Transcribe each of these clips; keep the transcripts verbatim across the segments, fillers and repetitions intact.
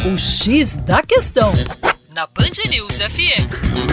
O X da Questão, na Band News F M.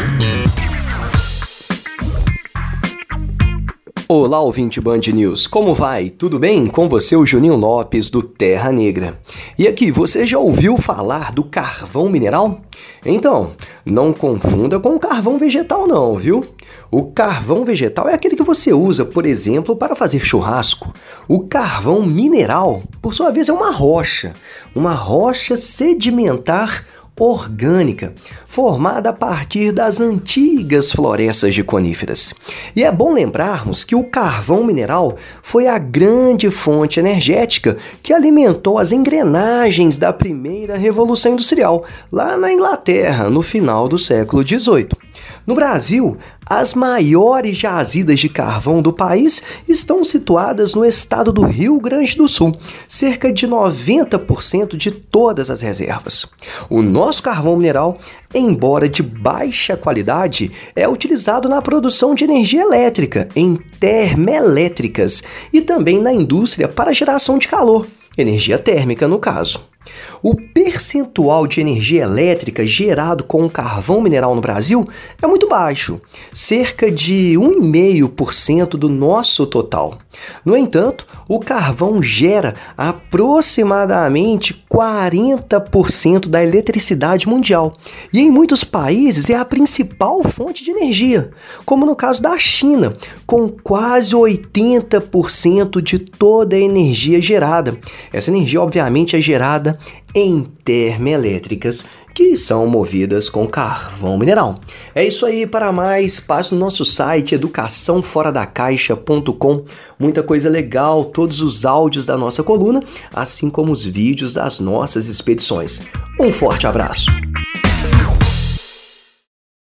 Olá, ouvinte Band News, como vai? Tudo bem? Com você, o Juninho Lopes, do Terra Negra. E aqui, você já ouviu falar do carvão mineral? Então, não confunda com o carvão vegetal não, viu? O carvão vegetal é aquele que você usa, por exemplo, para fazer churrasco. O carvão mineral, por sua vez, é uma rocha, uma rocha sedimentar orgânica, formada a partir das antigas florestas de coníferas. E é bom lembrarmos que o carvão mineral foi a grande fonte energética que alimentou as engrenagens da primeira Revolução Industrial, lá na Inglaterra, no final do século dezoito. No Brasil, as maiores jazidas de carvão do país estão situadas no estado do Rio Grande do Sul, cerca de noventa por cento de todas as reservas. O nosso carvão mineral, embora de baixa qualidade, é utilizado na produção de energia elétrica, em termoelétricas e também na indústria para geração de calor, energia térmica no caso. O percentual de energia elétrica gerado com o carvão mineral no Brasil é muito baixo, cerca de um vírgula cinco por cento do nosso total. No entanto, o carvão gera aproximadamente quarenta por cento da eletricidade mundial e em muitos países é a principal fonte de energia, como no caso da China, com quase oitenta por cento de toda a energia gerada. Essa energia, obviamente, é gerada em termoelétricas, que são movidas com carvão mineral. É isso aí, para mais, passe no nosso site educação fora da caixa ponto com. Muita coisa legal, todos os áudios da nossa coluna, assim como os vídeos das nossas expedições. Um forte abraço!